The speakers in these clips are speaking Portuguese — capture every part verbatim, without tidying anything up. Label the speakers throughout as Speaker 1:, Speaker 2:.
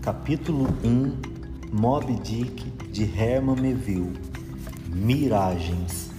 Speaker 1: Capítulo um Moby Dick, de Herman Melville. Miragens.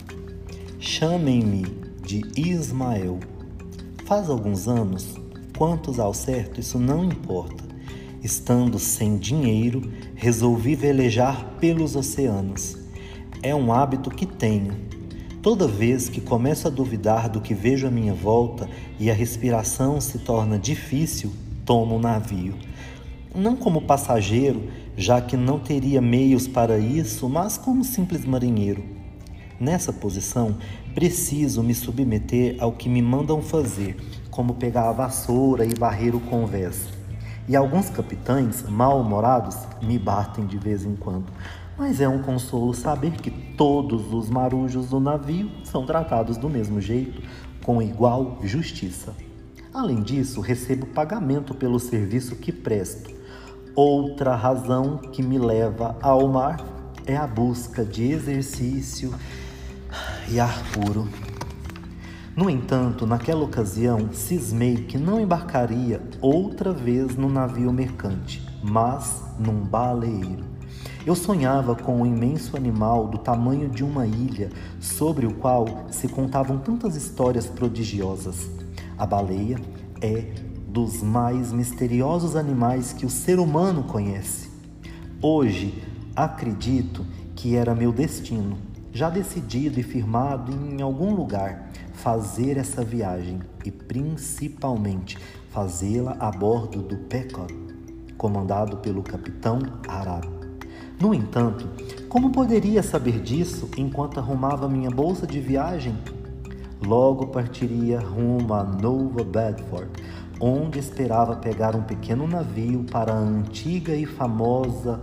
Speaker 1: Chamem-me de Ismael. Faz alguns anos, quantos ao certo isso não importa, estando sem dinheiro, resolvi velejar pelos oceanos. É um hábito que tenho. Toda vez que começo a duvidar do que vejo à minha volta e a respiração se torna difícil, tomo um navio. Não como passageiro, já que não teria meios para isso, mas como simples marinheiro. Nessa posição, preciso me submeter ao que me mandam fazer, como pegar a vassoura e varrer o convés. E alguns capitães, mal-humorados, me batem de vez em quando. Mas é um consolo saber que todos os marujos do navio são tratados do mesmo jeito, com igual justiça. Além disso, recebo pagamento pelo serviço que presto. Outra razão que me leva ao mar é a busca de exercício e ar puro. No entanto, naquela ocasião, cismei que não embarcaria outra vez no navio mercante, mas num baleeiro. Eu sonhava com um imenso animal do tamanho de uma ilha, sobre o qual se contavam tantas histórias prodigiosas. A baleia é dos mais misteriosos animais que o ser humano conhece. Hoje, acredito que era meu destino, já decidido e firmado em algum lugar, fazer essa viagem e, principalmente, fazê-la a bordo do Pequod, comandado pelo capitão Ahab. No entanto, como poderia saber disso enquanto arrumava minha bolsa de viagem? Logo partiria rumo a Nova Bedford, onde esperava pegar um pequeno navio para a antiga e famosa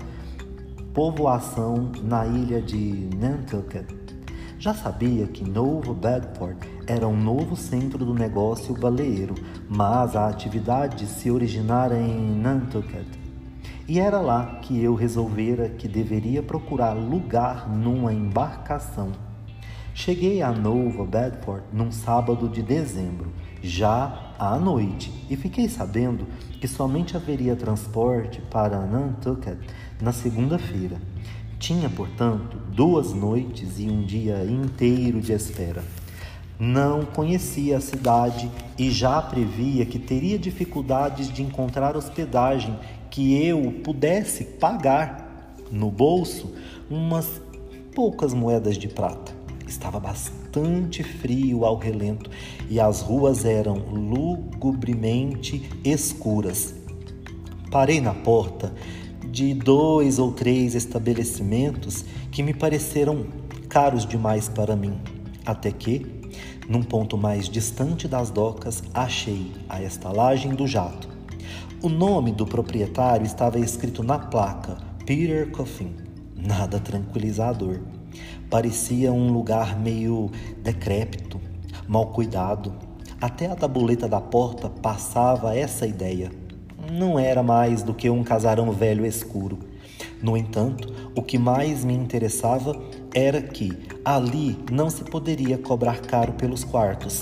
Speaker 1: povoação na ilha de Nantucket. Já sabia que Nova Bedford era um novo centro do negócio baleeiro, mas a atividade se originara em Nantucket. E era lá que eu resolvera que deveria procurar lugar numa embarcação. Cheguei a Nova Bedford num sábado de dezembro, já à noite, e fiquei sabendo que somente haveria transporte para Nantucket na segunda-feira. Tinha, portanto, duas noites e um dia inteiro de espera. Não conhecia a cidade e já previa que teria dificuldades de encontrar hospedagem que eu pudesse pagar. No bolso, umas poucas moedas de prata. Estava bastante frio ao relento e as ruas eram lugubremente escuras. Parei na porta de dois ou três estabelecimentos que me pareceram caros demais para mim, até que, num ponto mais distante das docas, achei a estalagem do jato. O nome do proprietário estava escrito na placa, Peter Coffin. Nada tranquilizador. Parecia um lugar meio decrépito, mal cuidado. Até a tabuleta da porta passava essa ideia. Não era mais do que um casarão velho escuro. No entanto, o que mais me interessava era que ali não se poderia cobrar caro pelos quartos.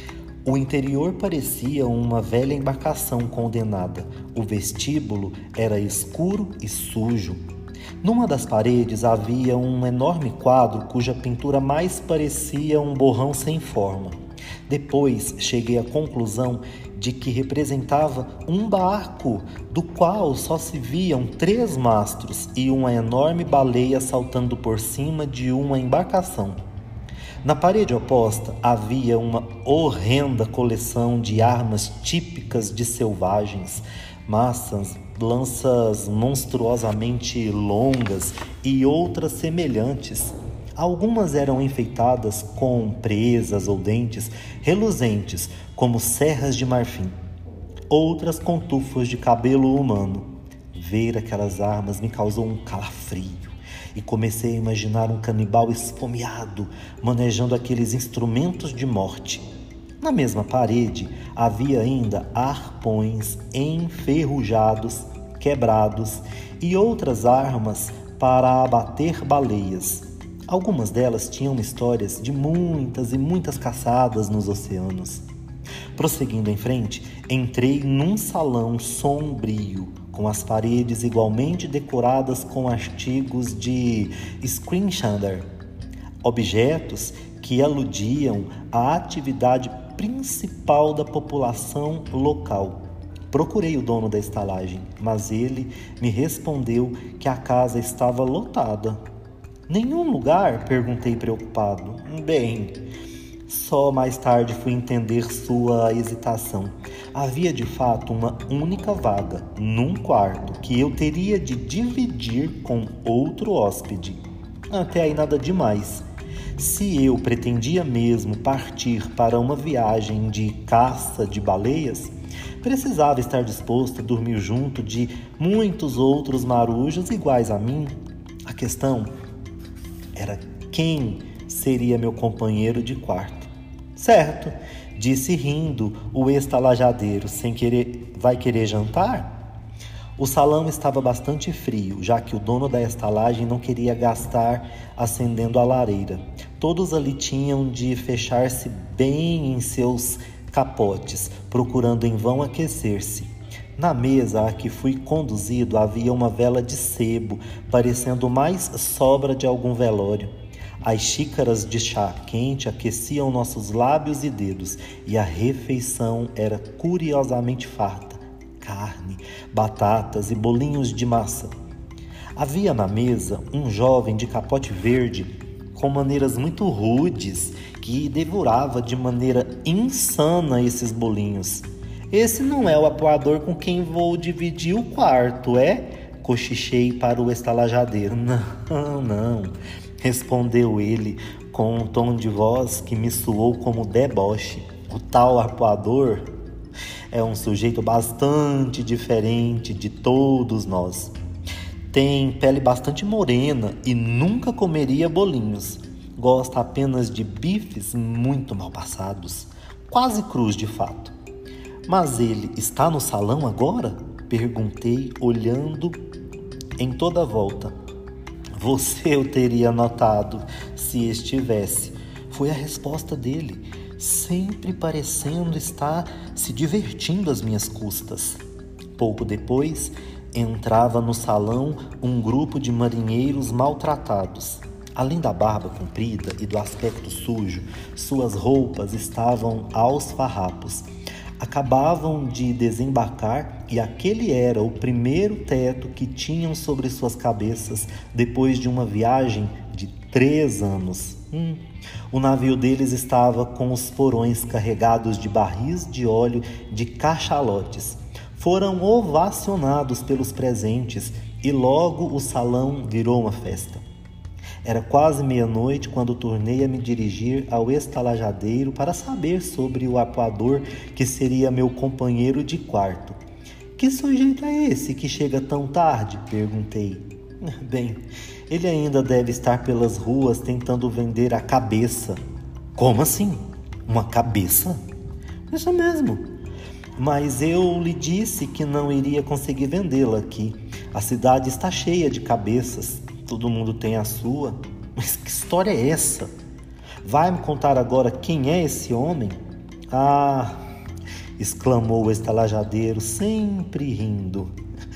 Speaker 1: O interior parecia uma velha embarcação condenada. O vestíbulo era escuro e sujo. Numa das paredes havia um enorme quadro cuja pintura mais parecia um borrão sem forma. Depois cheguei à conclusão de que representava um barco, do qual só se viam três mastros e uma enorme baleia saltando por cima de uma embarcação. Na parede oposta havia uma horrenda coleção de armas típicas de selvagens, maçãs, lanças monstruosamente longas e outras semelhantes. Algumas eram enfeitadas com presas ou dentes reluzentes, como serras de marfim. Outras com tufos de cabelo humano. Ver aquelas armas me causou um calafrio. E comecei a imaginar um canibal esfomeado, manejando aqueles instrumentos de morte. Na mesma parede, havia ainda arpões enferrujados, quebrados e outras armas para abater baleias. Algumas delas tinham histórias de muitas e muitas caçadas nos oceanos. Prosseguindo em frente, entrei num salão sombrio, com as paredes igualmente decoradas com artigos de screensaver, objetos que aludiam à atividade principal da população local. Procurei o dono da estalagem, mas ele me respondeu que a casa estava lotada. Nenhum lugar? Perguntei preocupado. Bem, só mais tarde fui entender sua hesitação. Havia de fato uma única vaga, num quarto, que eu teria de dividir com outro hóspede. Até aí nada demais. Se eu pretendia mesmo partir para uma viagem de caça de baleias, precisava estar disposto a dormir junto de muitos outros marujos iguais a mim. A questão era quem seria meu companheiro de quarto. Certo, disse rindo o estalajadeiro, sem querer, vai querer jantar? O salão estava bastante frio, já que o dono da estalagem não queria gastar acendendo a lareira. Todos ali tinham de fechar-se bem em seus capotes, procurando em vão aquecer-se. Na mesa a que fui conduzido havia uma vela de sebo, parecendo mais sobra de algum velório. As xícaras de chá quente aqueciam nossos lábios e dedos, e a refeição era curiosamente farta. Carne, batatas e bolinhos de massa. Havia na mesa um jovem de capote verde, com maneiras muito rudes, que devorava de maneira insana esses bolinhos. Esse não é o apoador com quem vou dividir o quarto, é? Cochichei para o estalajadeiro. Não, não, respondeu ele com um tom de voz que me soou como deboche. O tal apoador é um sujeito bastante diferente de todos nós. Tem pele bastante morena e nunca comeria bolinhos. Gosta apenas de bifes muito mal passados, quase crus de fato. Mas ele está no salão agora? Perguntei, olhando em toda a volta. Você o teria notado se estivesse. Foi a resposta dele, sempre parecendo estar se divertindo às minhas custas. Pouco depois, entrava no salão um grupo de marinheiros maltratados. Além da barba comprida e do aspecto sujo, suas roupas estavam aos farrapos. Acabavam de desembarcar e aquele era o primeiro teto que tinham sobre suas cabeças depois de uma viagem de três anos. Hum. O navio deles estava com os porões carregados de barris de óleo de cachalotes. Foram ovacionados pelos presentes e logo o salão virou uma festa. Era quase meia-noite quando tornei a me dirigir ao estalajadeiro para saber sobre o apoador que seria meu companheiro de quarto. Que sujeito é esse que chega tão tarde? Perguntei. Bem, ele ainda deve estar pelas ruas tentando vender a cabeça. Como assim? Uma cabeça? Isso mesmo. Mas eu lhe disse que não iria conseguir vendê-la aqui. A cidade está cheia de cabeças. Todo mundo tem a sua. Mas que história é essa? Vai me contar agora quem é esse homem? Ah, exclamou o estalajadeiro, sempre rindo.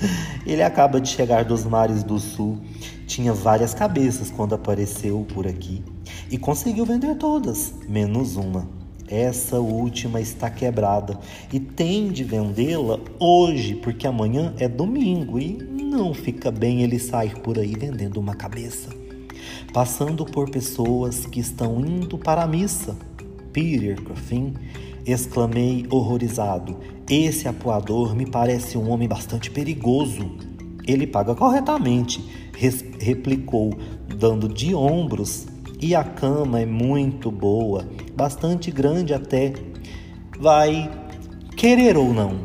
Speaker 1: Ele acaba de chegar dos mares do sul. Tinha várias cabeças quando apareceu por aqui. E conseguiu vender todas, menos uma. Essa última está quebrada e tem de vendê-la hoje, porque amanhã é domingo e não fica bem ele sair por aí vendendo uma cabeça. Passando por pessoas que estão indo para a missa. Peter Coffin, exclamei horrorizado. Esse apoador me parece um homem bastante perigoso. Ele paga corretamente, res- replicou, dando de ombros. E a cama é muito boa, bastante grande até. Vai querer ou não?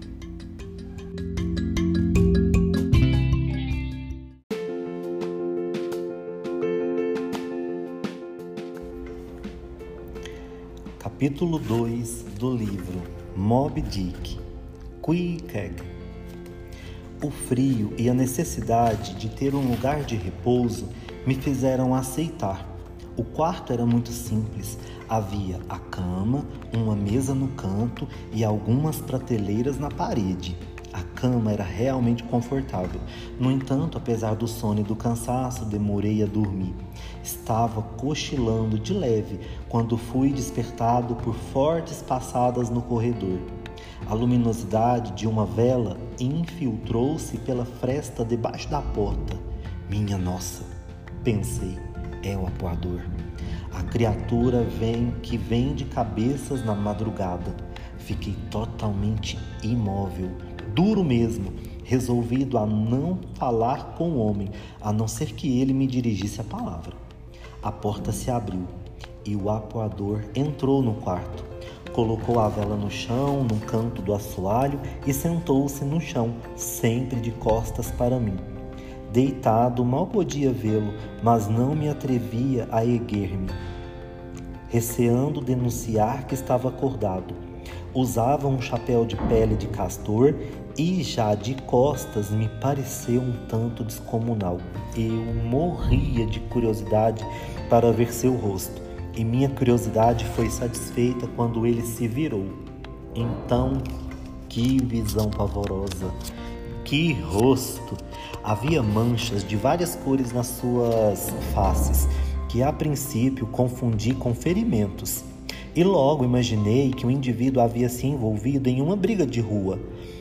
Speaker 1: Capítulo dois do livro Moby Dick, Queequeg. O frio e a necessidade de ter um lugar de repouso me fizeram aceitar. O quarto era muito simples. Havia a cama, uma mesa no canto e algumas prateleiras na parede. A cama era realmente confortável. No entanto, apesar do sono e do cansaço, demorei a dormir. Estava cochilando de leve quando fui despertado por fortes passadas no corredor. A luminosidade de uma vela infiltrou-se pela fresta debaixo da porta. Minha nossa, pensei, é o apoador. A criatura vem que vende cabeças na madrugada. Fiquei totalmente imóvel, duro mesmo, resolvido a não falar com o homem, a não ser que ele me dirigisse a palavra. A porta se abriu e o apoador entrou no quarto. Colocou a vela no chão, no canto do assoalho e sentou-se no chão, sempre de costas para mim. Deitado, mal podia vê-lo, mas não me atrevia a erguer-me, receando denunciar que estava acordado. Usava um chapéu de pele de castor e já de costas me pareceu um tanto descomunal. Eu morria de curiosidade para ver seu rosto, e minha curiosidade foi satisfeita quando ele se virou. Então, que visão pavorosa! Que rosto! Havia manchas de várias cores nas suas faces, que a princípio confundi com ferimentos. E logo imaginei que o indivíduo havia se envolvido em uma briga de rua,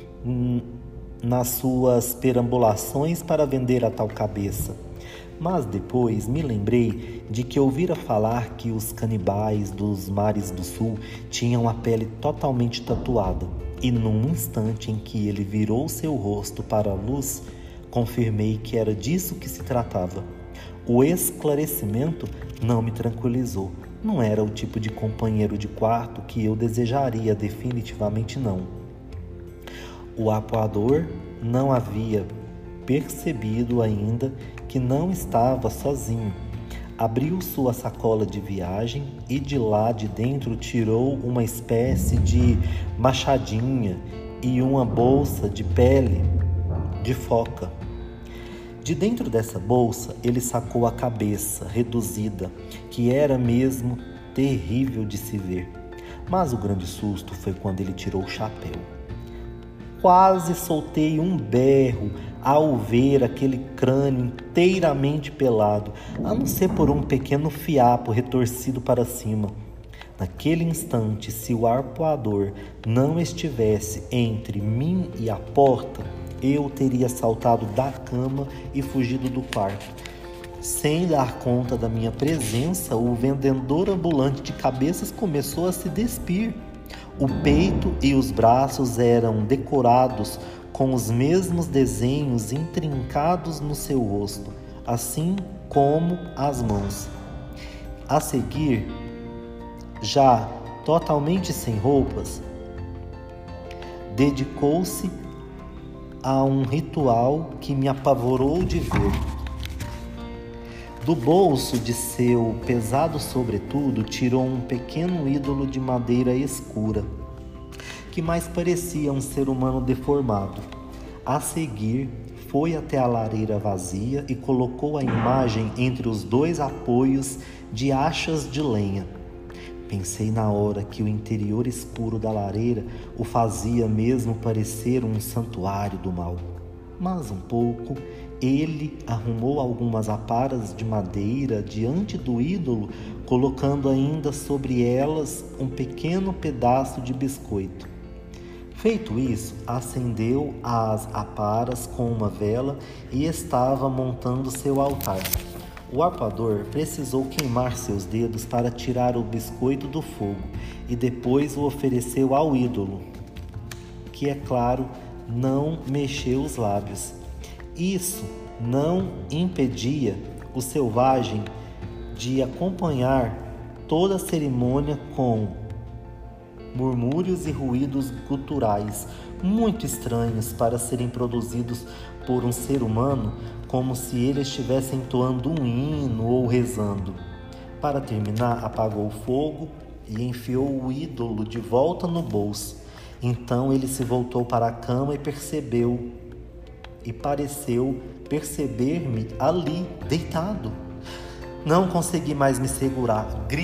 Speaker 1: nas suas perambulações para vender a tal cabeça. Mas depois me lembrei de que ouvira falar que os canibais dos mares do sul tinham a pele totalmente tatuada, e num instante em que ele virou seu rosto para a luz, confirmei que era disso que se tratava. O esclarecimento não me tranquilizou. Não era o tipo de companheiro de quarto que eu desejaria, definitivamente não. O apoador não havia percebido ainda que não estava sozinho. Abriu sua sacola de viagem e de lá de dentro tirou uma espécie de machadinha e uma bolsa de pele de foca. De dentro dessa bolsa, ele sacou a cabeça reduzida, que era mesmo terrível de se ver. Mas o grande susto foi quando ele tirou o chapéu. Quase soltei um berro ao ver aquele crânio inteiramente pelado, a não ser por um pequeno fiapo retorcido para cima. Naquele instante, se o arpoador não estivesse entre mim e a porta, eu teria saltado da cama e fugido do quarto. Sem dar conta da minha presença, o vendedor ambulante de cabeças começou a se despir. O peito e os braços eram decorados com os mesmos desenhos intrincados no seu rosto, assim como as mãos. A seguir, já totalmente sem roupas, dedicou-se a um ritual que me apavorou de ver. Do bolso de seu pesado sobretudo, tirou um pequeno ídolo de madeira escura, que mais parecia um ser humano deformado. A seguir, foi até a lareira vazia e colocou a imagem entre os dois apoios de achas de lenha. Pensei na hora que o interior escuro da lareira o fazia mesmo parecer um santuário do mal. Mas um pouco, ele arrumou algumas aparas de madeira diante do ídolo, colocando ainda sobre elas um pequeno pedaço de biscoito. Feito isso, acendeu as aparas com uma vela e estava montando seu altar. O arpoador precisou queimar seus dedos para tirar o biscoito do fogo e depois o ofereceu ao ídolo, que, é claro, não mexeu os lábios. Isso não impedia o selvagem de acompanhar toda a cerimônia com murmúrios e ruídos guturais muito estranhos para serem produzidos por um ser humano, como se ele estivesse entoando um hino ou rezando. Para terminar, apagou o fogo e enfiou o ídolo de volta no bolso. Então ele se voltou para a cama e percebeu, e pareceu perceber-me ali, deitado. Não consegui mais me segurar. Gritei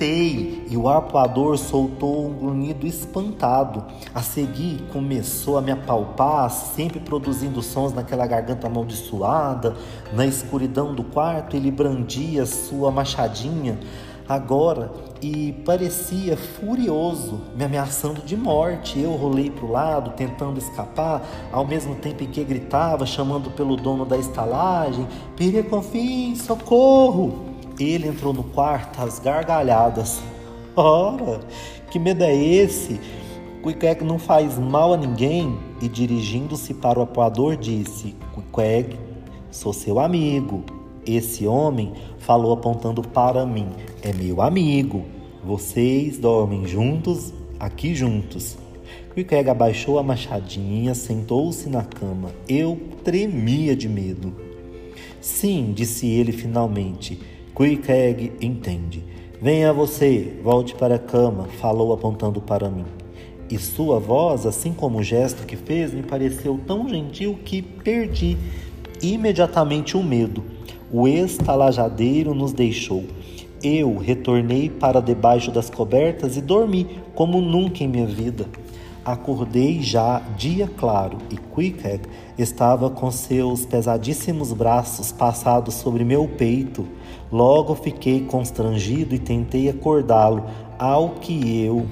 Speaker 1: Gritei e o arpoador soltou um grunhido espantado. A seguir começou a me apalpar, sempre produzindo sons naquela garganta amaldiçoada. Na escuridão do quarto ele brandia sua machadinha agora e parecia furioso, me ameaçando de morte. Eu rolei para o lado, tentando escapar, ao mesmo tempo em que gritava, chamando pelo dono da estalagem: Pire Confim, socorro! Ele entrou no quarto às gargalhadas. Ora, que medo é esse? Queequeg não faz mal a ninguém. E dirigindo-se para o apoador disse: Queequeg, sou seu amigo. Esse homem falou apontando para mim: é meu amigo. Vocês dormem juntos, aqui juntos. Queequeg abaixou a machadinha, sentou-se na cama. Eu tremia de medo. Sim, disse ele finalmente. Queequeg entende. Venha você, volte para a cama, falou apontando para mim. E sua voz, assim como o gesto que fez, me pareceu tão gentil que perdi imediatamente o medo. O estalajadeiro nos deixou. Eu retornei para debaixo das cobertas e dormi como nunca em minha vida. Acordei já dia claro e Queequeg estava com seus pesadíssimos braços passados sobre meu peito. Logo fiquei constrangido e tentei acordá-lo, ao que eu...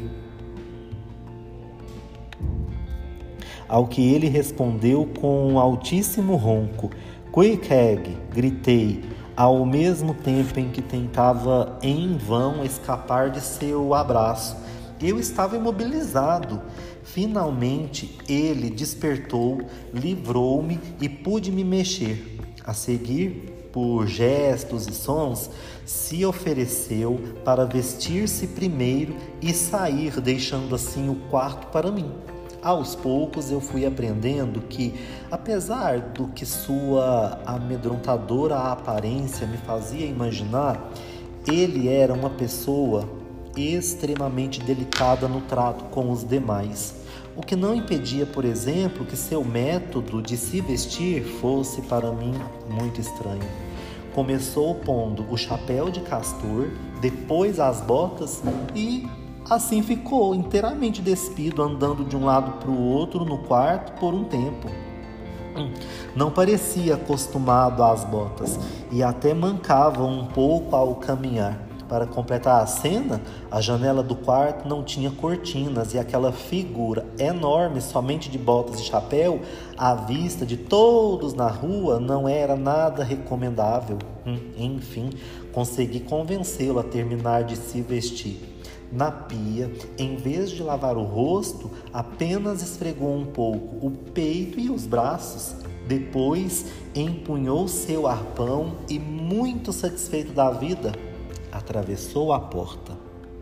Speaker 1: Ao que ele respondeu com um altíssimo ronco. Queequeg, gritei, ao mesmo tempo em que tentava em vão escapar de seu abraço. Eu estava imobilizado. Finalmente ele despertou, livrou-me e pude me mexer. A seguir, por gestos e sons, se ofereceu para vestir-se primeiro e sair, deixando assim o quarto para mim. Aos poucos eu fui aprendendo que, apesar do que sua amedrontadora aparência me fazia imaginar, ele era uma pessoa extremamente delicada no trato com os demais, o que não impedia, por exemplo, que seu método de se vestir fosse para mim muito estranho. Começou pondo o chapéu de castor, depois as botas e assim ficou inteiramente despido, andando de um lado para o outro no quarto por um tempo. Não parecia acostumado às botas e até mancava um pouco ao caminhar. Para completar a cena, a janela do quarto não tinha cortinas e aquela figura enorme somente de botas e chapéu, à vista de todos na rua, não era nada recomendável. Enfim, consegui convencê-lo a terminar de se vestir. Na pia, em vez de lavar o rosto, apenas esfregou um pouco o peito e os braços. Depois, empunhou seu arpão e, muito satisfeito da vida, atravessou a porta.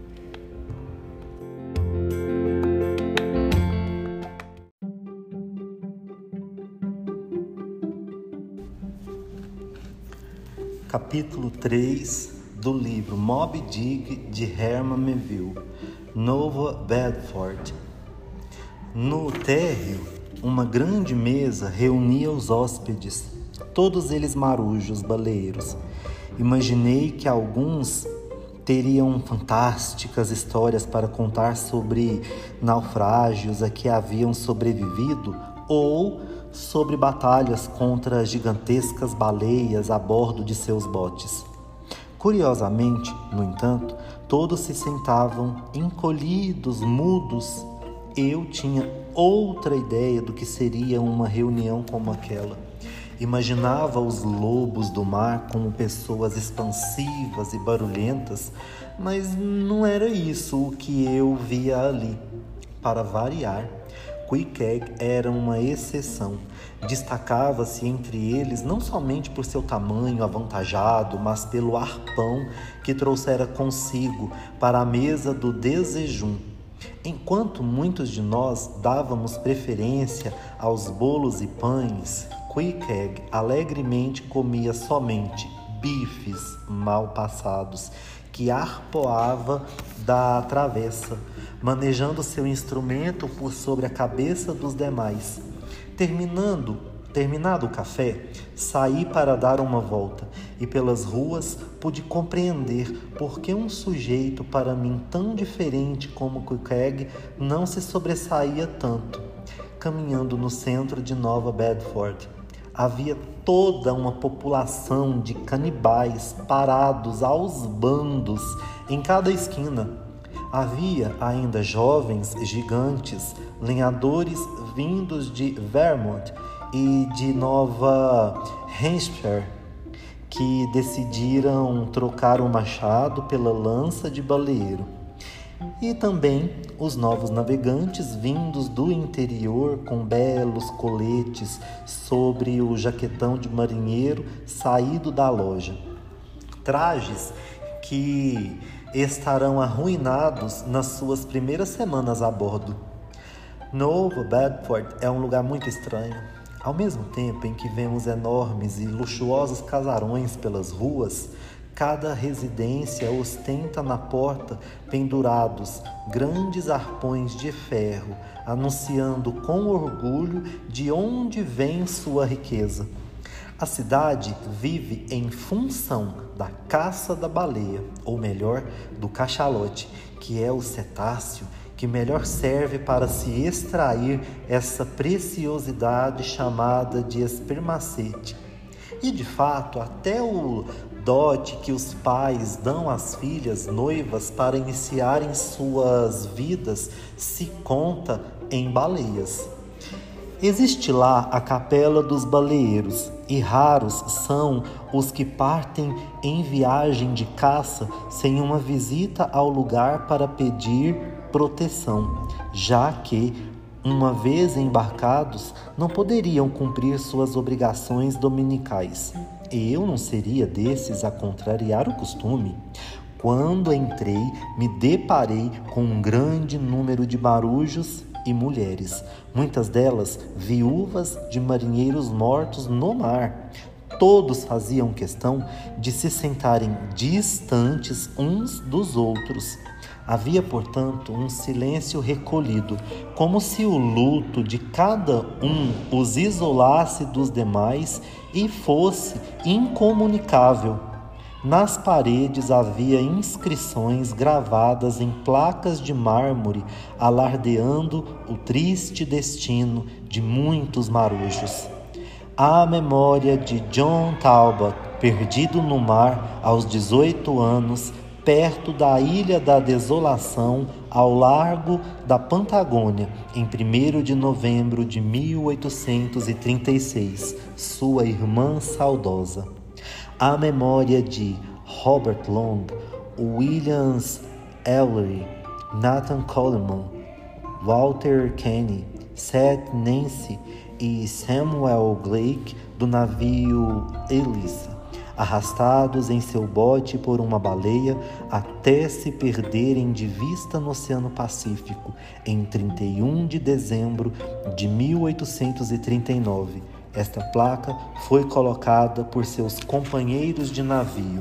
Speaker 1: Capítulo três do livro Moby Dick de Herman Melville, Nova Bedford. No térreo, uma grande mesa reunia os hóspedes, todos eles marujos, baleeiros. Imaginei que alguns teriam fantásticas histórias para contar sobre naufrágios a que haviam sobrevivido ou sobre batalhas contra gigantescas baleias a bordo de seus botes. Curiosamente, no entanto, todos se sentavam encolhidos, mudos. Eu tinha outra ideia do que seria uma reunião como aquela. Imaginava os lobos do mar como pessoas expansivas e barulhentas, mas não era isso o que eu via ali. Para variar, Queequeg era uma exceção. Destacava-se entre eles não somente por seu tamanho avantajado, mas pelo arpão que trouxera consigo para a mesa do desejum. Enquanto muitos de nós dávamos preferência aos bolos e pães, Queequeg alegremente comia somente bifes mal passados, que arpoava da travessa, manejando seu instrumento por sobre a cabeça dos demais. Terminando, Terminado o café, saí para dar uma volta e pelas ruas pude compreender por que um sujeito para mim tão diferente como Queequeg não se sobressaía tanto. Caminhando no centro de Nova Bedford, havia toda uma população de canibais parados aos bandos em cada esquina. Havia ainda jovens gigantes, lenhadores vindos de Vermont e de Nova Hampshire, que decidiram trocar o machado pela lança de baleeiro. E também os novos navegantes vindos do interior com belos coletes sobre o jaquetão de marinheiro saído da loja. Trajes que estarão arruinados nas suas primeiras semanas a bordo. Nova Bedford é um lugar muito estranho. Ao mesmo tempo em que vemos enormes e luxuosos casarões pelas ruas, cada residência ostenta na porta pendurados grandes arpões de ferro, anunciando com orgulho de onde vem sua riqueza. A cidade vive em função da caça da baleia, ou melhor, do cachalote, que é o cetáceo que melhor serve para se extrair essa preciosidade chamada de espermacete. E de fato, até o dote que os pais dão às filhas noivas para iniciarem suas vidas se conta em baleias. Existe lá a capela dos baleeiros, e raros são os que partem em viagem de caça sem uma visita ao lugar para pedir proteção, já que, uma vez embarcados, não poderiam cumprir suas obrigações dominicais. E eu não seria desses a contrariar o costume. Quando entrei, me deparei com um grande número de marujos e mulheres, muitas delas viúvas de marinheiros mortos no mar. Todos faziam questão de se sentarem distantes uns dos outros. Havia, portanto, um silêncio recolhido, como se o luto de cada um os isolasse dos demais e fosse incomunicável. Nas paredes havia inscrições gravadas em placas de mármore, alardeando o triste destino de muitos marujos. À memória de John Talbot, perdido no mar aos dezoito anos, perto da Ilha da Desolação, ao largo da Patagônia, em primeiro de novembro de mil oitocentos e trinta e seis, sua irmã saudosa. À memória de Robert Long, Williams Ellery, Nathan Coleman, Walter Kenny, Seth Nancy e Samuel Blake do navio Elissa, arrastados em seu bote por uma baleia até se perderem de vista no Oceano Pacífico em trinta e um de dezembro de mil oitocentos e trinta e nove. Esta placa foi colocada por seus companheiros de navio.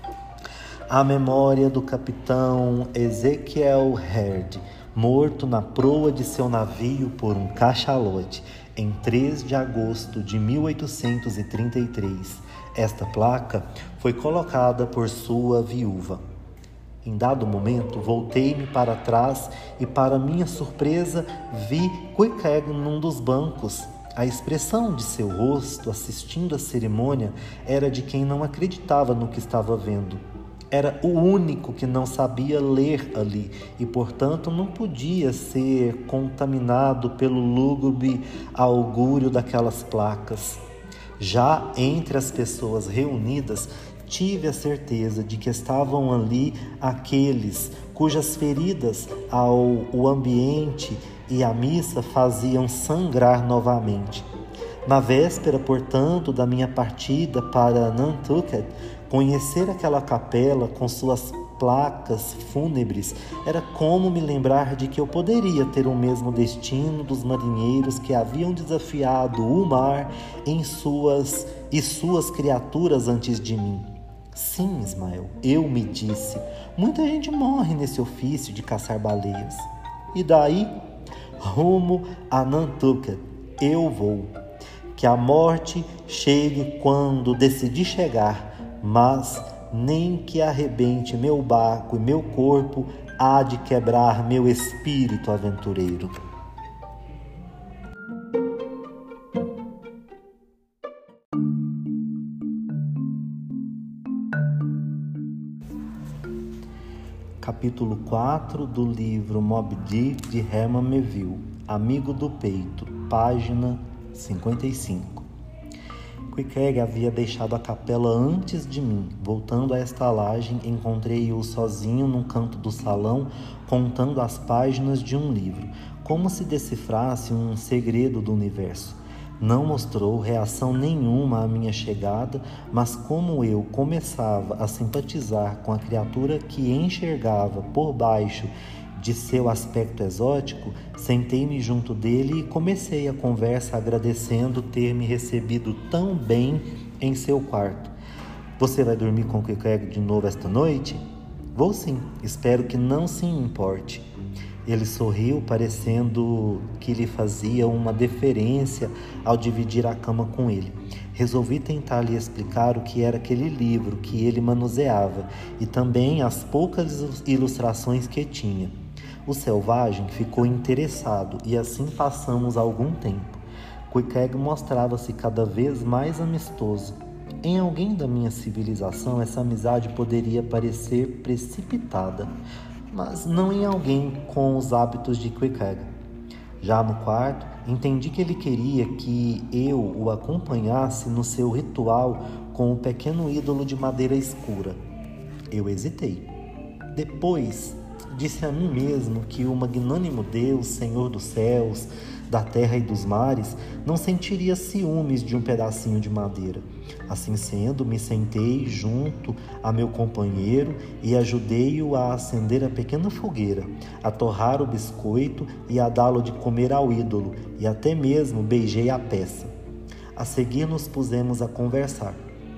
Speaker 1: A memória do capitão Ezekiel Herd, morto na proa de seu navio por um cachalote em três de agosto de mil oitocentos e trinta e três. Esta placa foi colocada por sua viúva. Em dado momento, voltei-me para trás e, para minha surpresa, vi Queequeg num dos bancos. A expressão de seu rosto, assistindo à cerimônia, era de quem não acreditava no que estava vendo. Era o único que não sabia ler ali e, portanto, não podia ser contaminado pelo lúgubre augúrio daquelas placas. Já entre as pessoas reunidas, tive a certeza de que estavam ali aqueles cujas feridas ao o ambiente e a missa faziam sangrar novamente. Na véspera, portanto, da minha partida para Nantucket, conhecer aquela capela com suas placas fúnebres era como me lembrar de que eu poderia ter o mesmo destino dos marinheiros que haviam desafiado o mar em suas e suas criaturas antes de mim. Sim, Ismael, eu me disse, muita gente morre nesse ofício de caçar baleias. E daí, rumo a Nantucket, eu vou. que a morte chegue quando decidir chegar, mas nem que arrebente meu barco e meu corpo há de quebrar meu espírito aventureiro. Capítulo quatro do livro Moby Dick de Herman Melville, Amigo do Peito, página cinquenta e cinco. Queequeg havia deixado a capela antes de mim. Voltando à estalagem, encontrei-o sozinho num canto do salão, contando as páginas de um livro, como se decifrasse um segredo do universo. Não mostrou reação nenhuma à minha chegada, mas como eu começava a simpatizar com a criatura que enxergava por baixo de seu aspecto exótico, sentei-me junto dele e comecei a conversa agradecendo ter me recebido tão bem em seu quarto. Você vai dormir com o Queequeg de novo esta noite? Vou sim, espero que não se importe. Ele sorriu, parecendo que lhe fazia uma deferência ao dividir a cama com ele. Resolvi tentar lhe explicar o que era aquele livro que ele manuseava e também as poucas ilustrações que tinha. O selvagem ficou interessado e assim passamos algum tempo. Queequeg mostrava-se cada vez mais amistoso. Em alguém da minha civilização, essa amizade poderia parecer precipitada, mas não em alguém com os hábitos de Queequeg. Já no quarto, entendi que ele queria que eu o acompanhasse no seu ritual com o pequeno ídolo de madeira escura. Eu hesitei. Depois, disse a mim mesmo que o magnânimo Deus, Senhor dos céus, da terra e dos mares, não sentiria ciúmes de um pedacinho de madeira. Assim sendo, me sentei junto a meu companheiro e ajudei-o a acender a pequena fogueira, a torrar o biscoito e a dá-lo de comer ao ídolo, e até mesmo beijei a peça. A seguir nos pusemos a conversar.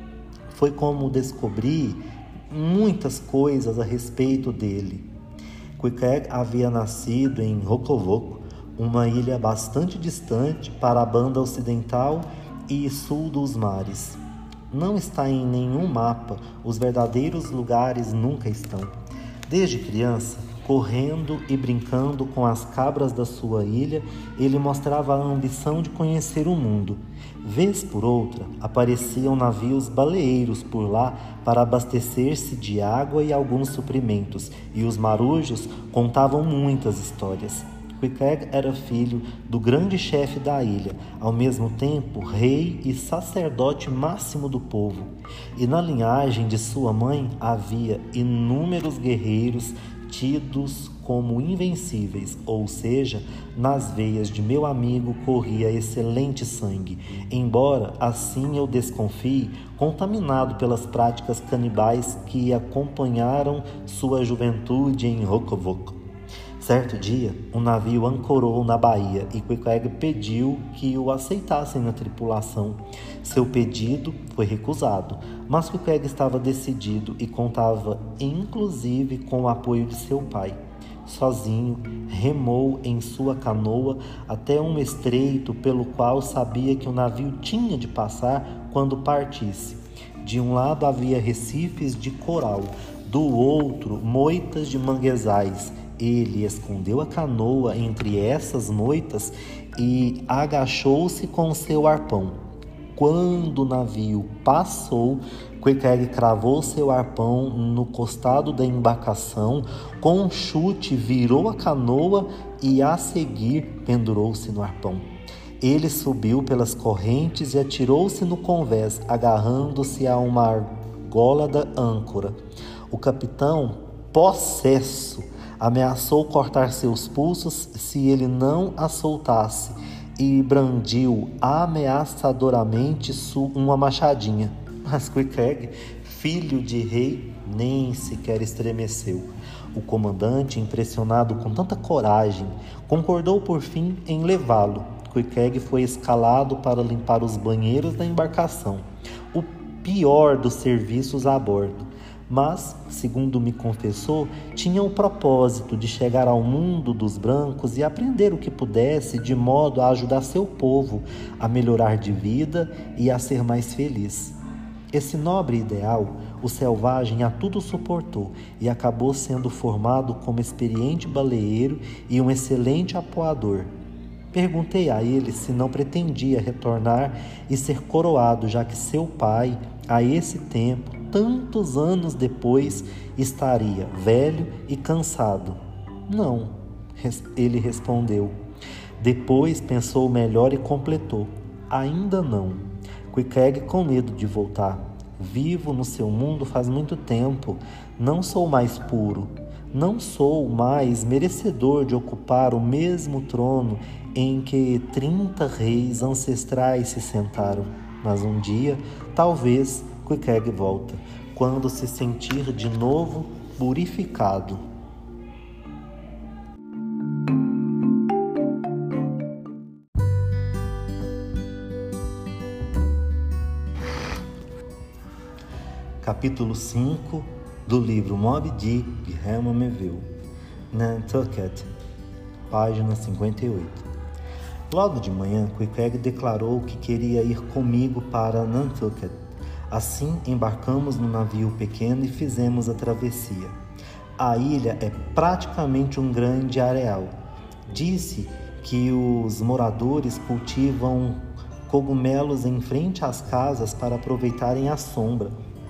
Speaker 1: Foi como descobri muitas coisas a respeito dele. Queequeg havia nascido em Rokovoko, uma ilha bastante distante para a banda ocidental e sul dos mares. Não está em nenhum mapa, os verdadeiros lugares nunca estão. Desde criança, correndo e brincando com as cabras da sua ilha, ele mostrava a ambição de conhecer o mundo. Vez por outra, apareciam navios baleeiros por lá para abastecer-se de água e alguns suprimentos, e os marujos contavam muitas histórias. Queequeg era filho do grande chefe da ilha, ao mesmo tempo rei e sacerdote máximo do povo. E na linhagem de sua mãe havia inúmeros guerreiros tidos como invencíveis, ou seja, nas veias de meu amigo corria excelente sangue, embora assim eu desconfie, contaminado pelas práticas canibais que acompanharam sua juventude em Rokovoko. Certo dia, um navio ancorou na baía e Queequeg pediu que o aceitassem na tripulação. Seu pedido foi recusado, mas Queequeg estava decidido e contava inclusive com o apoio de seu pai. Sozinho, remou em sua canoa até um estreito pelo qual sabia que o navio tinha de passar quando partisse. De um lado havia recifes de coral, do outro moitas de manguezais. Ele escondeu a canoa entre essas moitas e agachou-se com seu arpão. Quando o navio passou, Queequeg cravou seu arpão no costado da embarcação, com um chute virou a canoa e a seguir pendurou-se no arpão. Ele subiu pelas correntes e atirou-se no convés, agarrando-se a uma argola da âncora. O capitão, possesso, ameaçou cortar seus pulsos se ele não a soltasse e brandiu ameaçadoramente uma machadinha. Mas Queequeg, filho de rei, nem sequer estremeceu. O comandante, impressionado com tanta coragem, concordou por fim em levá-lo. Queequeg foi escalado para limpar os banheiros da embarcação, o pior dos serviços a bordo. mas, segundo me confessou, tinha o propósito de chegar ao mundo dos brancos e aprender o que pudesse de modo a ajudar seu povo a melhorar de vida e a ser mais feliz. Esse nobre ideal, o selvagem a tudo suportou e acabou sendo formado como experiente baleeiro e um excelente apoador. Perguntei a ele se não pretendia retornar e ser coroado, já que seu pai, a esse tempo, tantos anos depois, estaria velho e cansado. Não, ele respondeu. Depois pensou melhor e completou. Ainda não. Queequeg com medo de voltar. Vivo no seu mundo faz muito tempo. Não sou mais puro. Não sou mais merecedor de ocupar o mesmo trono em que trinta reis ancestrais se sentaram. Mas um dia, talvez, Queequeg volta, quando se sentir de novo purificado. Capítulo cinco do livro Moby Dick, de Herman Melville, Nantucket, página cinquenta e oito. Logo de manhã, Queequeg declarou que queria ir comigo para Nantucket. Assim, embarcamos no navio pequeno e fizemos a travessia. A ilha é praticamente um grande areal. Disse que os moradores cultivam cogumelos em frente às casas para aproveitarem a sombra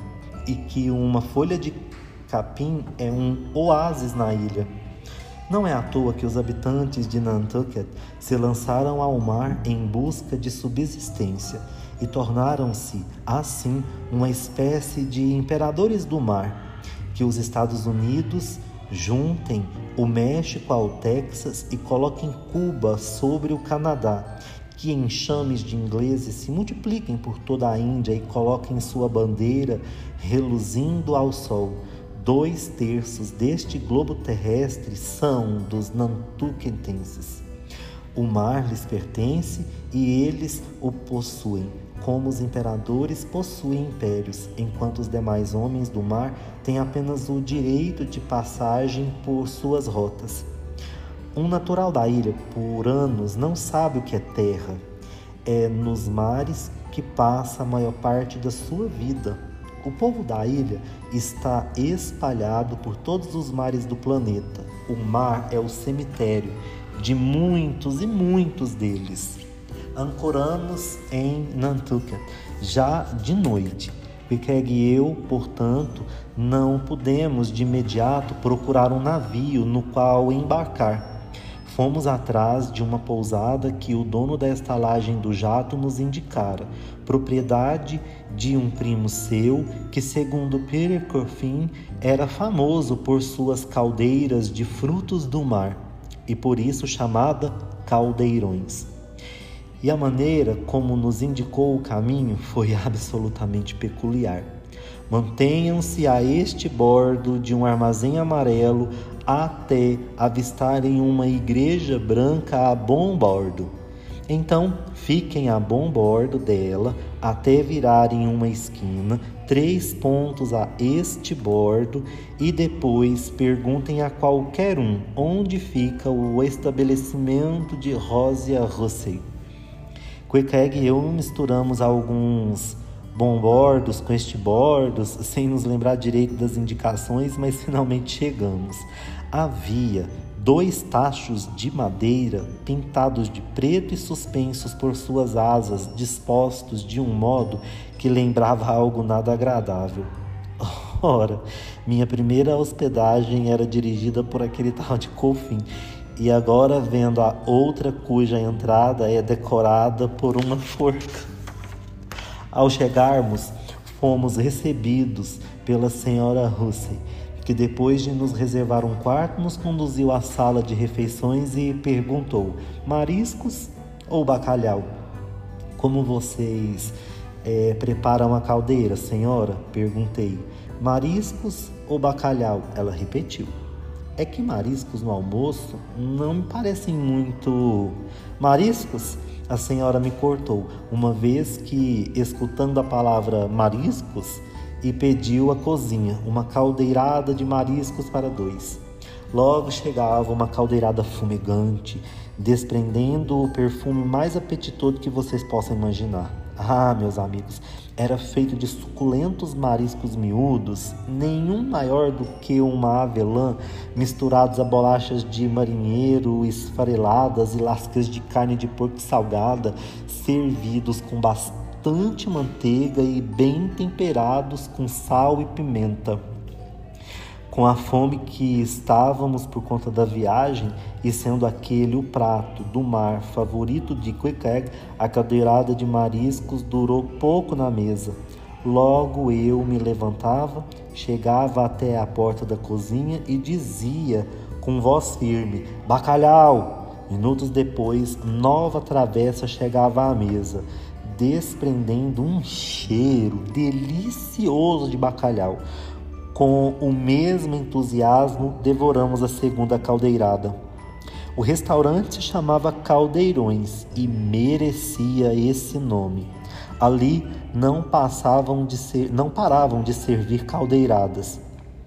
Speaker 1: e que uma folha de capim é um oásis na ilha. Não é à toa que os habitantes de Nantucket se lançaram ao mar em busca de subsistência e tornaram-se, assim, uma espécie de imperadores do mar. Que os Estados Unidos juntem o México ao Texas e coloquem Cuba sobre o Canadá. Que enxames de ingleses se multipliquem por toda a Índia e coloquem sua bandeira reluzindo ao sol. Dois terços deste globo terrestre são dos nantuquetenses. O mar lhes pertence e eles o possuem, como os imperadores possuem impérios, enquanto os demais homens do mar têm apenas o direito de passagem por suas rotas. Um natural da ilha, por anos, não sabe o que é terra. É nos mares que passa a maior parte da sua vida. O povo da ilha está espalhado por todos os mares do planeta. O mar é o cemitério de muitos e muitos deles. Ancoramos em Nantucket, já de noite. Queequeg e eu, portanto, não pudemos de imediato procurar um navio no qual embarcar. Fomos atrás de uma pousada que o dono da estalagem do jato nos indicara, propriedade de um primo seu que, segundo Peter Coffin, era famoso por suas caldeiras de frutos do mar e por isso chamada Caldeirões. E a maneira como nos indicou o caminho foi absolutamente peculiar. Mantenham-se a este bordo de um armazém amarelo até avistarem uma igreja branca a bom bordo. Então, fiquem a bom bordo dela até virarem uma esquina, três pontos a este bordo, e depois perguntem a qualquer um onde fica o estabelecimento de Rosia Russell. Queequeg e eu misturamos alguns bombordos com este bordos, sem nos lembrar direito das indicações, mas finalmente chegamos. Havia dois tachos de madeira pintados de preto e suspensos por suas asas, dispostos de um modo que lembrava algo nada agradável. Ora, minha primeira hospedagem era dirigida por aquele tal de Coffin, e agora vendo a outra cuja entrada é decorada por uma forca. Ao chegarmos, fomos recebidos pela senhora Russell, que depois de nos reservar um quarto, nos conduziu à sala de refeições e perguntou: mariscos ou bacalhau? Como vocês é, preparam a caldeira, senhora? Perguntei. Mariscos ou bacalhau? Ela repetiu. É que mariscos no almoço não me parecem muito... Mariscos? A senhora me cortou, uma vez que, escutando a palavra mariscos, e pediu à cozinha uma caldeirada de mariscos para dois. Logo chegava uma caldeirada fumegante, desprendendo o perfume mais apetitoso que vocês possam imaginar. Ah, meus amigos, era feito de suculentos mariscos miúdos, nenhum maior do que uma avelã, misturados a bolachas de marinheiro, esfareladas e lascas de carne de porco salgada, servidos com bastante manteiga e bem temperados com sal e pimenta. Com a fome que estávamos por conta da viagem, e sendo aquele o prato do mar favorito de Queequeg, a caldeirada de mariscos durou pouco na mesa. Logo eu me levantava, chegava até a porta da cozinha e dizia com voz firme: "Bacalhau!" Minutos depois, nova travessa chegava à mesa, desprendendo um cheiro delicioso de bacalhau. Com o mesmo entusiasmo, devoramos a segunda caldeirada. O restaurante se chamava Caldeirões e merecia esse nome. Ali não, passavam de ser, não paravam de servir caldeiradas.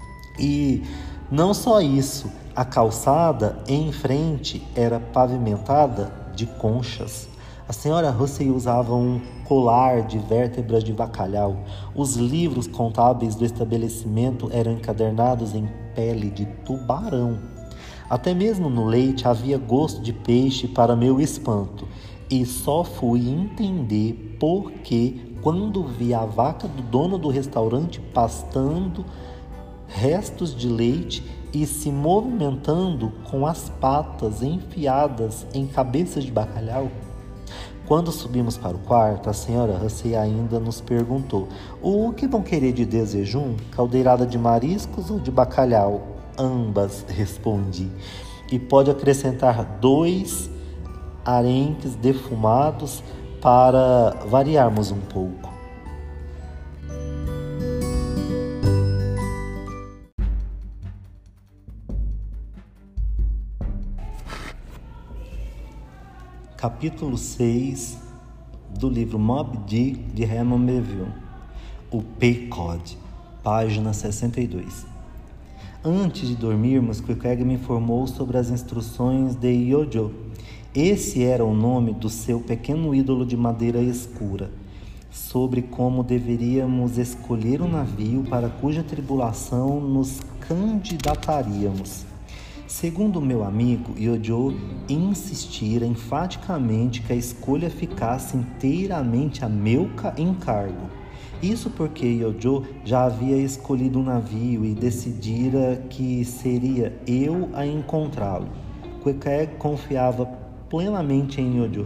Speaker 1: E não só isso, a calçada em frente era pavimentada de conchas. A senhora Hussey usava um colar de vértebras de bacalhau. Os livros contábeis do estabelecimento eram encadernados em pele de tubarão. Até mesmo no leite havia gosto de peixe para meu espanto. E só fui entender por que, quando vi a vaca do dono do restaurante pastando restos de leite e se movimentando com as patas enfiadas em cabeças de bacalhau. Quando subimos para o quarto, a senhora Hussey ainda nos perguntou: "O que vão querer de desejum? Caldeirada de mariscos ou de bacalhau?" "Ambas", respondi. "E pode acrescentar dois arenques defumados para variarmos um pouco." Capítulo seis do livro Moby Dick de Herman Melville. O Pequod, página sessenta e dois. Antes de dormirmos, Queequeg me informou sobre as instruções de Iojo. Esse era o nome do seu pequeno ídolo de madeira escura, sobre como deveríamos escolher um navio para cuja tribulação nos candidataríamos. Segundo meu amigo, Iojo insistira enfaticamente que a escolha ficasse inteiramente a meu encargo. Isso porque Iojo já havia escolhido um navio e decidira que seria eu a encontrá-lo. Queequeg confiava plenamente em Iojo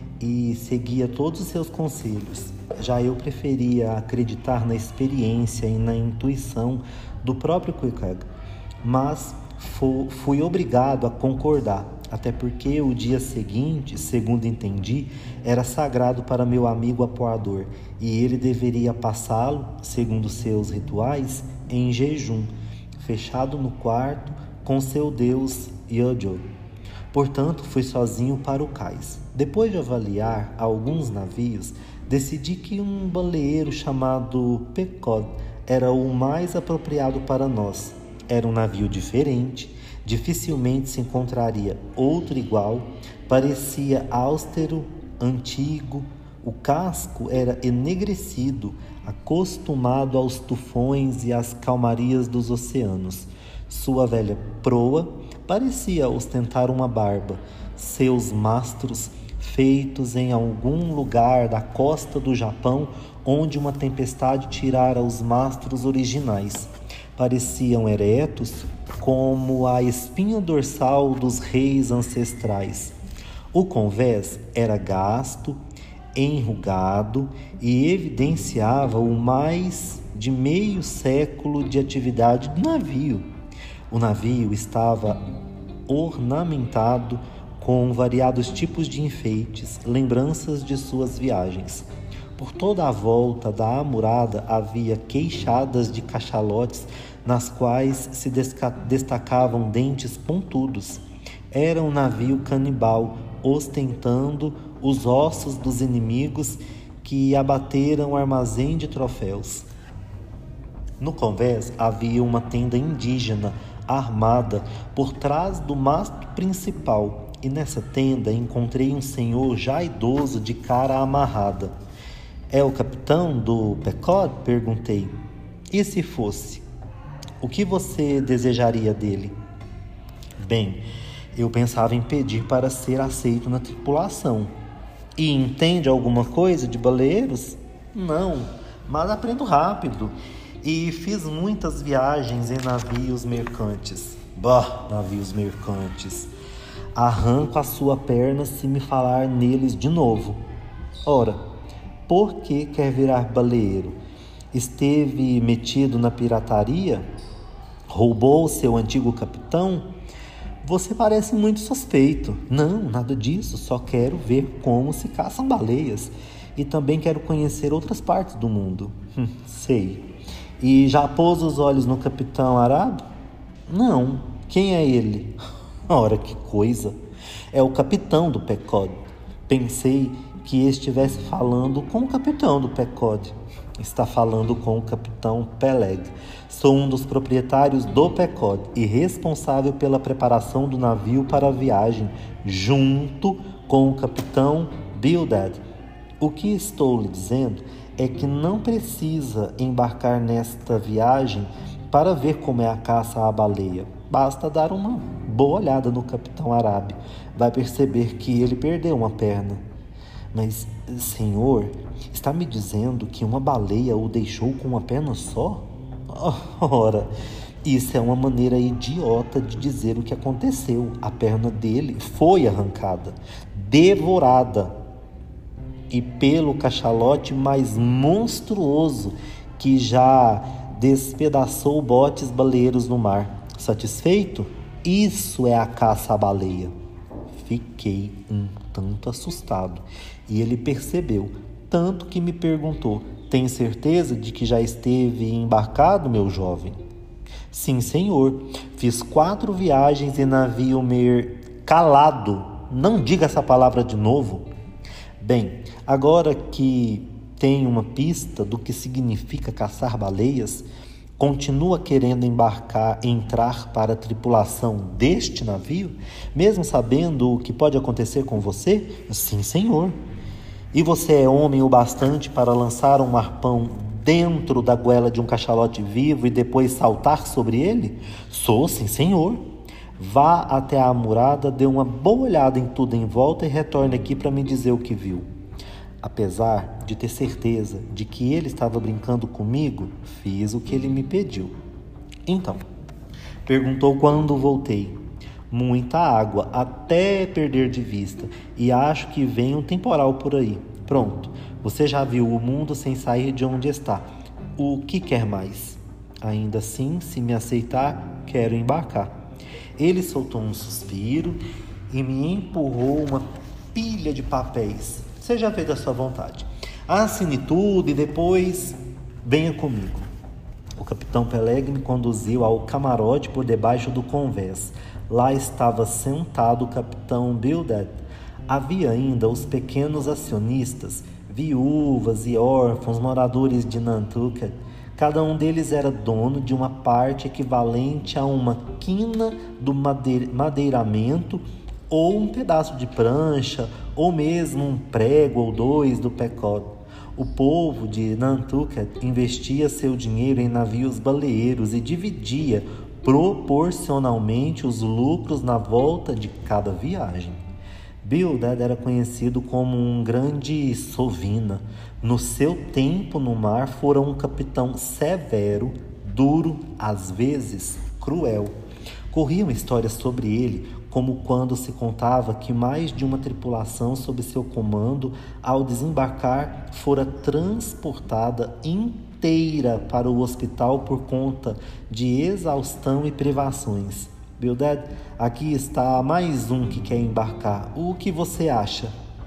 Speaker 1: e seguia todos os seus conselhos. Já eu preferia acreditar na experiência e na intuição do próprio Queequeg, mas fui obrigado a concordar, até porque o dia seguinte, segundo entendi, era sagrado para meu amigo apoador e ele deveria passá-lo, segundo seus rituais, em jejum, fechado no quarto com seu deus Iojo. Portanto, fui sozinho para o cais. Depois de avaliar alguns navios, decidi que um baleeiro chamado Pequod era o mais apropriado para nós. Era um navio diferente, dificilmente se encontraria outro igual, parecia austero, antigo, o casco era enegrecido, acostumado aos tufões e às calmarias dos oceanos. Sua velha proa parecia ostentar uma barba, seus mastros feitos em algum lugar da costa do Japão, onde uma tempestade tirara os mastros originais. Pareciam eretos como a espinha dorsal dos reis ancestrais. O convés era gasto, enrugado e evidenciava o mais de meio século de atividade do navio. O navio estava ornamentado com variados tipos de enfeites, lembranças de suas viagens. Por toda a volta da amurada havia queixadas de cachalotes nas quais se destacavam dentes pontudos. Era um navio canibal, ostentando os ossos dos inimigos que abateram o armazém de troféus. No convés havia uma tenda indígena armada por trás do mastro principal, e nessa tenda encontrei um senhor já idoso de cara amarrada. É o capitão do Pequod? Perguntei. E se fosse? O que você desejaria dele? Bem, eu pensava em pedir para ser aceito na tripulação. E entende alguma coisa de baleeiros? Não, mas aprendo rápido. E fiz muitas viagens em navios mercantes. Bah, navios mercantes. Arranco a sua perna se me falar neles de novo. Ora, por que quer virar baleeiro? Esteve metido na pirataria? Roubou seu antigo capitão? Você parece muito suspeito. Não, nada disso. Só quero ver como se caçam baleias. E também quero conhecer outras partes do mundo. Hum, sei. E já pôs os olhos no capitão Arabe? Não. Quem é ele? Ora, que coisa. É o capitão do Pequod. Pensei que estivesse falando com o capitão do Pequod. Está falando com o capitão Peleg. Sou um dos proprietários do Pequod e responsável pela preparação do navio para a viagem, junto com o capitão Bildad. O que estou lhe dizendo é que não precisa embarcar nesta viagem para ver como é a caça à baleia. Basta dar uma boa olhada no capitão Arabe. Vai perceber que ele perdeu uma perna. Mas, senhor, está me dizendo que uma baleia o deixou com uma perna só? Ora, isso é uma maneira idiota de dizer o que aconteceu. A perna dele foi arrancada, devorada, e pelo cachalote mais monstruoso que já despedaçou botes baleeiros no mar. Satisfeito? Isso é a caça à baleia. Fiquei um tanto assustado e ele percebeu, tanto que me perguntou: tem certeza de que já esteve embarcado, meu jovem? Sim, senhor. Fiz quatro viagens em navio mer... calado. Não diga essa palavra de novo. Bem, agora que tem uma pista do que significa caçar baleias, continua querendo embarcar, entrar para a tripulação deste navio, mesmo sabendo o que pode acontecer com você? Sim, senhor. E você é homem o bastante para lançar um arpão dentro da goela de um cachalote vivo e depois saltar sobre ele? Sou, sim, senhor. Vá até a amurada, dê uma boa olhada em tudo em volta e retorne aqui para me dizer o que viu. Apesar de ter certeza de que ele estava brincando comigo, fiz o que ele me pediu. Então, perguntou quando voltei. Muita água, até perder de vista, e acho que vem um temporal por aí. Pronto, você já viu o mundo sem sair de onde está. O que quer mais? Ainda assim, se me aceitar, quero embarcar. Ele soltou um suspiro e me empurrou uma pilha de papéis. Seja feita a sua vontade. Assine tudo e depois venha comigo. O capitão Peleg me conduziu ao camarote por debaixo do convés. Lá estava sentado o capitão Bildad. Havia ainda os pequenos acionistas, viúvas e órfãos moradores de Nantucket. Cada um deles era dono de uma parte equivalente a uma quina do madeiramento ou um pedaço de prancha, ou mesmo um prego ou dois do Pequod. O povo de Nantucket investia seu dinheiro em navios baleeiros e dividia proporcionalmente os lucros na volta de cada viagem. Bildad era conhecido como um grande sovina. No seu tempo no mar, fora um capitão severo, duro, às vezes cruel. Corriam histórias sobre ele, como quando se contava que mais de uma tripulação sob seu comando, ao desembarcar, fora transportada inteira para o hospital por conta de exaustão e privações. Bildad, aqui está mais um que quer embarcar. O que você acha?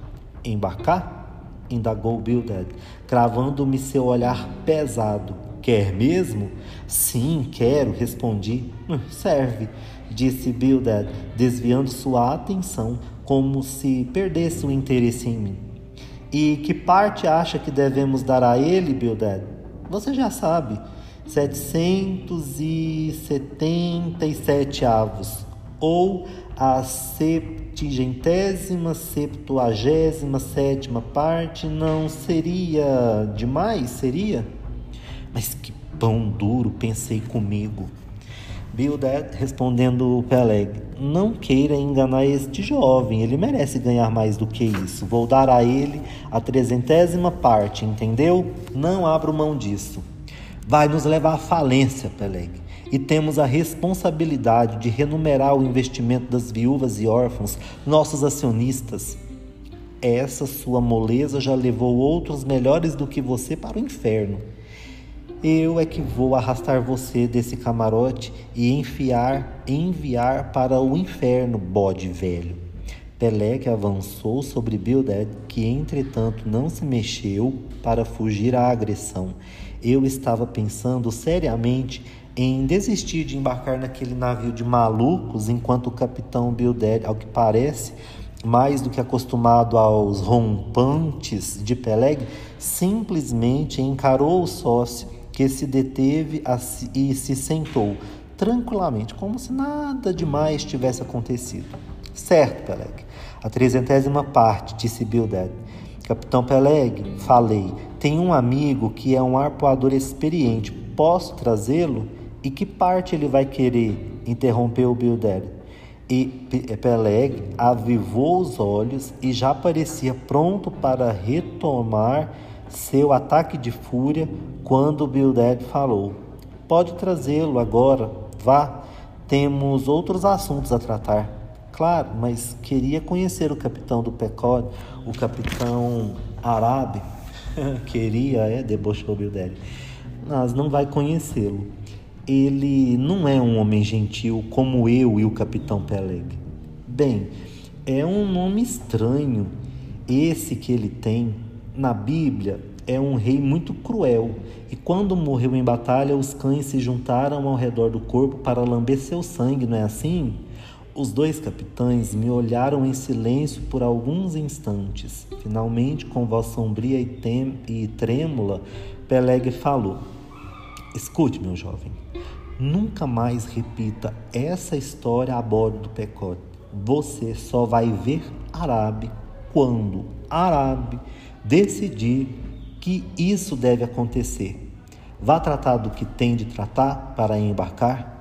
Speaker 1: Embarcar? Indagou Bildad, cravando-me seu olhar pesado. Quer mesmo? Sim, quero, respondi. Serve, disse Bildad, desviando sua atenção, como se perdesse o interesse em mim. E que parte acha que devemos dar a ele, Bildad? Você já sabe. setecentos e setenta e sete avos, ou a septigentésima, septuagésima sétima parte, não seria demais? Seria? Mas que pão duro, pensei comigo. Bildad respondendo Peleg: não queira enganar este jovem, ele merece ganhar mais do que isso. Vou dar a ele a trezentésima parte, entendeu? Não abro mão disso. Vai nos levar à falência, Peleg, e temos a responsabilidade de renumerar o investimento das viúvas e órfãos, nossos acionistas. Essa sua moleza já levou outros melhores do que você para o inferno. Eu é que vou arrastar você desse camarote e enfiar, enviar para o inferno, bode velho. Peleg avançou sobre Bildad, que entretanto não se mexeu para fugir à agressão. Eu estava pensando seriamente em desistir de embarcar naquele navio de malucos, enquanto o capitão Bildad, ao que parece, mais do que acostumado aos rompantes de Peleg, simplesmente encarou o sócio, que se deteve e se sentou tranquilamente, como se nada demais tivesse acontecido. Certo, Peleg, a trezentésima parte, disse Bildad. Capitão Peleg, falei, tem um amigo que é um arpoador experiente, posso trazê-lo? E que parte ele vai querer? Interrompeu Bildad. E Peleg avivou os olhos e já parecia pronto para retomar seu ataque de fúria quando Bildad falou: pode trazê-lo agora, vá, temos outros assuntos a tratar. Claro, mas queria conhecer o capitão do Pequod, o capitão Arabe. Queria, é, debochou Bildad. Mas não vai conhecê-lo. Ele não é um homem gentil como eu e o capitão Peleg. Bem, é um nome estranho esse que ele tem. Na Bíblia, é um rei muito cruel, e quando morreu em batalha, os cães se juntaram ao redor do corpo para lamber seu sangue, não é assim? Os dois capitães me olharam em silêncio por alguns instantes. Finalmente, com voz sombria e, tem- e trêmula, Peleg falou: escute, meu jovem, nunca mais repita essa história a bordo do Pequod. Você só vai ver Arabe quando Arabe decidir que isso deve acontecer. Vá tratar do que tem de tratar para embarcar.